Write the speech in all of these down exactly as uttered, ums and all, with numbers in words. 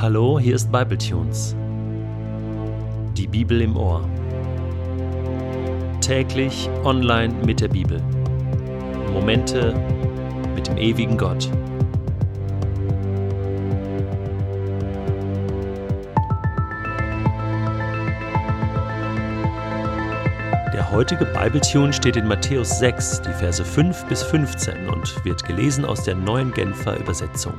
Hallo, hier ist Bibletunes. Die Bibel im Ohr. Täglich online mit der Bibel. Momente mit dem ewigen Gott. Der heutige Bibletune steht in Matthäus sechs, die Verse fünf bis fünfzehn und wird gelesen aus der Neuen Genfer Übersetzung.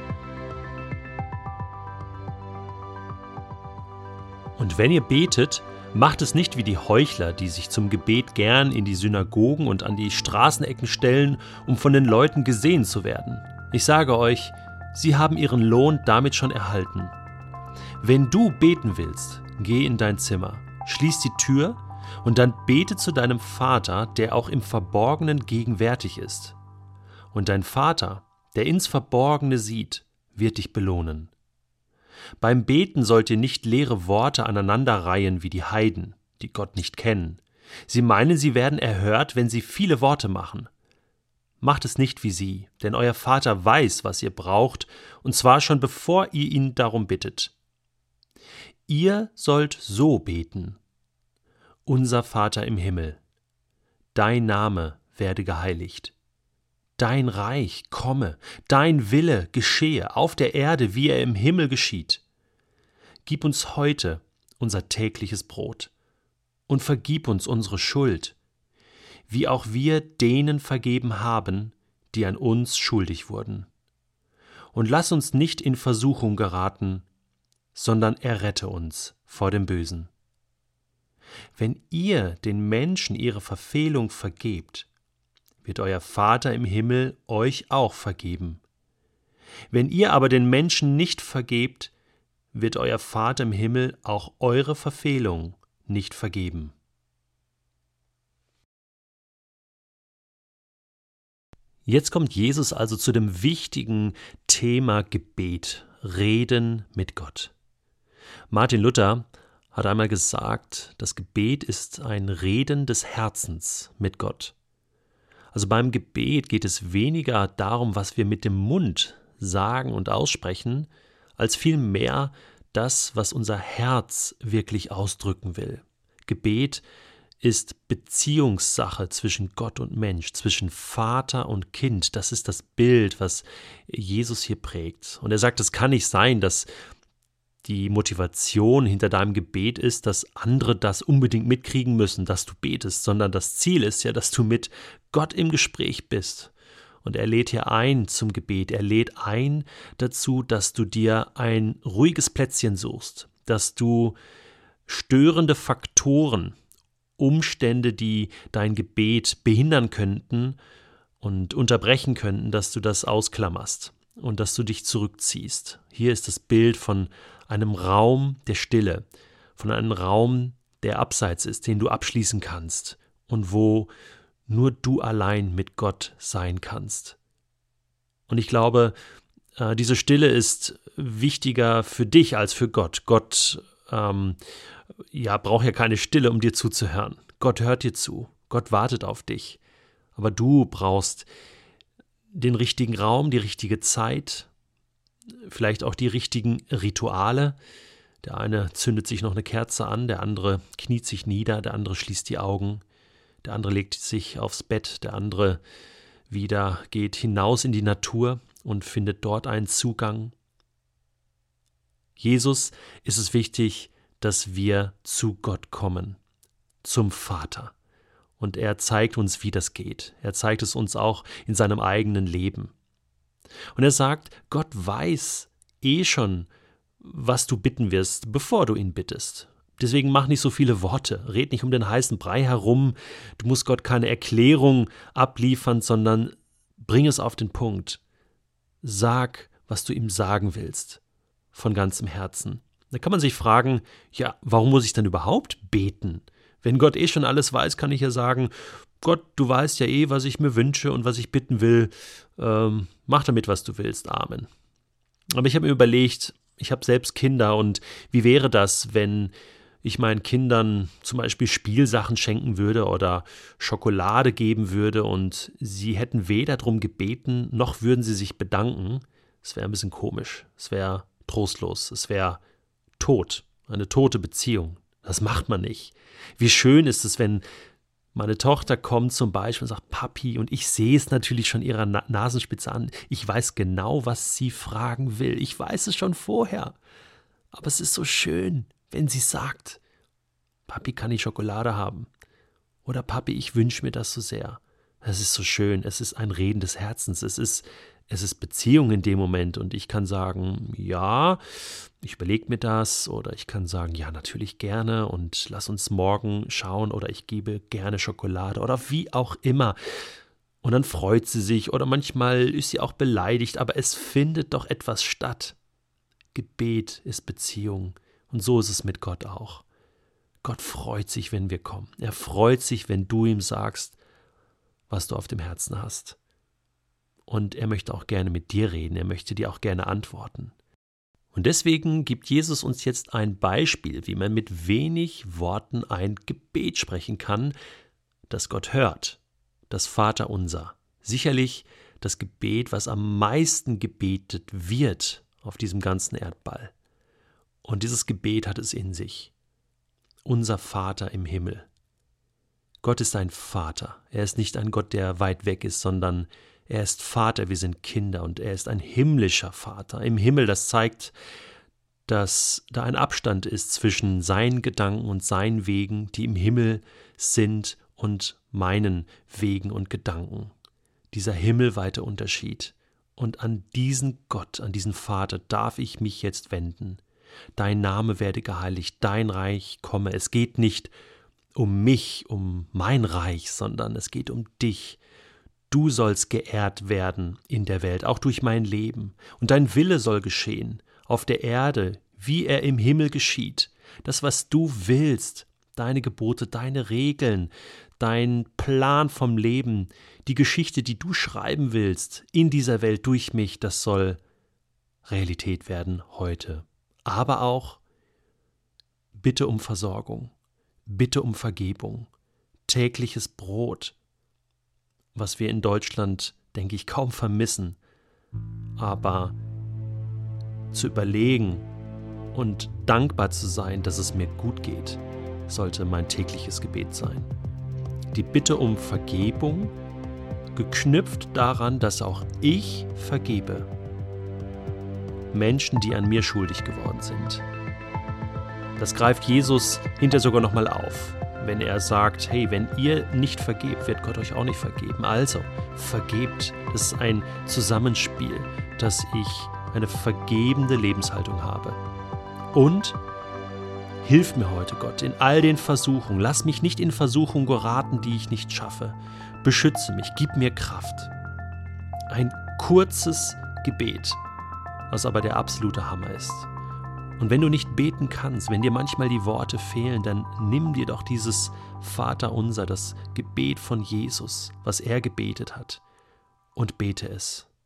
Und wenn ihr betet, macht es nicht wie die Heuchler, die sich zum Gebet gern in die Synagogen und an die Straßenecken stellen, um von den Leuten gesehen zu werden. Ich sage euch, sie haben ihren Lohn damit schon erhalten. Wenn du beten willst, geh in dein Zimmer, schließ die Tür und dann bete zu deinem Vater, der auch im Verborgenen gegenwärtig ist. Und dein Vater, der ins Verborgene sieht, wird dich belohnen. Beim Beten sollt ihr nicht leere Worte aneinanderreihen wie die Heiden, die Gott nicht kennen. Sie meinen, sie werden erhört, wenn sie viele Worte machen. Macht es nicht wie sie, denn euer Vater weiß, was ihr braucht, und zwar schon bevor ihr ihn darum bittet. Ihr sollt so beten: Unser Vater im Himmel, dein Name werde geheiligt. Dein Reich komme, dein Wille geschehe auf der Erde, wie er im Himmel geschieht. Gib uns heute unser tägliches Brot und vergib uns unsere Schuld, wie auch wir denen vergeben haben, die an uns schuldig wurden. Und lass uns nicht in Versuchung geraten, sondern errette uns vor dem Bösen. Wenn ihr den Menschen ihre Verfehlung vergebt, wird euer Vater im Himmel euch auch vergeben. Wenn ihr aber den Menschen nicht vergebt, wird euer Vater im Himmel auch eure Verfehlung nicht vergeben. Jetzt kommt Jesus also zu dem wichtigen Thema Gebet, Reden mit Gott. Martin Luther hat einmal gesagt, das Gebet ist ein Reden des Herzens mit Gott. Also beim Gebet geht es weniger darum, was wir mit dem Mund sagen und aussprechen, als vielmehr das, was unser Herz wirklich ausdrücken will. Gebet ist Beziehungssache zwischen Gott und Mensch, zwischen Vater und Kind. Das ist das Bild, was Jesus hier prägt. Und er sagt, es kann nicht sein, dass die Motivation hinter deinem Gebet ist, dass andere das unbedingt mitkriegen müssen, dass du betest, sondern das Ziel ist ja, dass du mit Gott im Gespräch bist. Und er lädt hier ein zum Gebet. Er lädt ein dazu, dass du dir ein ruhiges Plätzchen suchst, dass du störende Faktoren, Umstände, die dein Gebet behindern könnten und unterbrechen könnten, dass du das ausklammerst und dass du dich zurückziehst. Hier ist das Bild von einem Raum der Stille, von einem Raum, der abseits ist, den du abschließen kannst und wo nur du allein mit Gott sein kannst. Und ich glaube, diese Stille ist wichtiger für dich als für Gott. Gott ähm, ja, braucht ja keine Stille, um dir zuzuhören. Gott hört dir zu, Gott wartet auf dich. Aber du brauchst den richtigen Raum, die richtige Zeit, vielleicht auch die richtigen Rituale. Der eine zündet sich noch eine Kerze an, der andere kniet sich nieder, der andere schließt die Augen, der andere legt sich aufs Bett, der andere wieder geht hinaus in die Natur und findet dort einen Zugang. Jesus ist es wichtig, dass wir zu Gott kommen, zum Vater. Und er zeigt uns, wie das geht. Er zeigt es uns auch in seinem eigenen Leben. Und er sagt, Gott weiß eh schon, was du bitten wirst, bevor du ihn bittest. Deswegen mach nicht so viele Worte, red nicht um den heißen Brei herum, du musst Gott keine Erklärung abliefern, sondern bring es auf den Punkt. Sag, was du ihm sagen willst, von ganzem Herzen. Da kann man sich fragen, ja, warum muss ich denn überhaupt beten? Wenn Gott eh schon alles weiß, kann ich ja sagen, Gott, du weißt ja eh, was ich mir wünsche und was ich bitten will. Ähm, mach damit, was du willst. Amen. Aber ich habe mir überlegt, ich habe selbst Kinder und wie wäre das, wenn ich meinen Kindern zum Beispiel Spielsachen schenken würde oder Schokolade geben würde und sie hätten weder darum gebeten, noch würden sie sich bedanken. Das wäre ein bisschen komisch. Es wäre trostlos. Es wäre tot, eine tote Beziehung. Das macht man nicht. Wie schön ist es, wenn meine Tochter kommt zum Beispiel und sagt, Papi, und ich sehe es natürlich schon ihrer Na- Nasenspitze an. Ich weiß genau, was sie fragen will. Ich weiß es schon vorher. Aber es ist so schön, wenn sie sagt, Papi, kann ich Schokolade haben? Oder Papi, ich wünsche mir das so sehr. Es ist so schön. Es ist ein Reden des Herzens. Es ist, es ist Beziehung in dem Moment. Und ich kann sagen, ja, ich überlege mir das. Oder ich kann sagen, ja, natürlich gerne. Und lass uns morgen schauen. Oder ich gebe gerne Schokolade. Oder wie auch immer. Und dann freut sie sich. Oder manchmal ist sie auch beleidigt. Aber es findet doch etwas statt. Gebet ist Beziehung. Und so ist es mit Gott auch. Gott freut sich, wenn wir kommen. Er freut sich, wenn du ihm sagst, was du auf dem Herzen hast. Und er möchte auch gerne mit dir reden. Er möchte dir auch gerne antworten. Und deswegen gibt Jesus uns jetzt ein Beispiel, wie man mit wenig Worten ein Gebet sprechen kann, das Gott hört. Das Vaterunser. Sicherlich das Gebet, was am meisten gebetet wird auf diesem ganzen Erdball. Und dieses Gebet hat es in sich. Unser Vater im Himmel. Gott ist ein Vater. Er ist nicht ein Gott, der weit weg ist, sondern er ist Vater, wir sind Kinder und er ist ein himmlischer Vater. Im Himmel, das zeigt, dass da ein Abstand ist zwischen seinen Gedanken und seinen Wegen, die im Himmel sind, und meinen Wegen und Gedanken. Dieser himmelweite Unterschied. Und an diesen Gott, an diesen Vater darf ich mich jetzt wenden. Dein Name werde geheiligt, dein Reich komme. Es geht nicht um mich, um mein Reich, sondern es geht um dich. Du sollst geehrt werden in der Welt, auch durch mein Leben. Und dein Wille soll geschehen, auf der Erde, wie er im Himmel geschieht. Das, was du willst, deine Gebote, deine Regeln, dein Plan vom Leben, die Geschichte, die du schreiben willst in dieser Welt durch mich, das soll Realität werden heute. Aber auch Bitte um Versorgung, Bitte um Vergebung, tägliches Brot, was wir in Deutschland, denke ich, kaum vermissen. Aber zu überlegen und dankbar zu sein, dass es mir gut geht, sollte mein tägliches Gebet sein. Die Bitte um Vergebung, geknüpft daran, dass auch ich vergebe. Menschen, die an mir schuldig geworden sind. Das greift Jesus hinter sogar nochmal auf, wenn er sagt, hey, wenn ihr nicht vergebt, wird Gott euch auch nicht vergeben. Also, vergebt. Das ist ein Zusammenspiel, dass ich eine vergebende Lebenshaltung habe. Und hilf mir heute, Gott, in all den Versuchungen. Lass mich nicht in Versuchungen geraten, die ich nicht schaffe. Beschütze mich, gib mir Kraft. Ein kurzes Gebet, was aber der absolute Hammer ist. Und wenn du nicht beten kannst, wenn dir manchmal die Worte fehlen, dann nimm dir doch dieses Vaterunser, das Gebet von Jesus, was er gebetet hat, und bete es.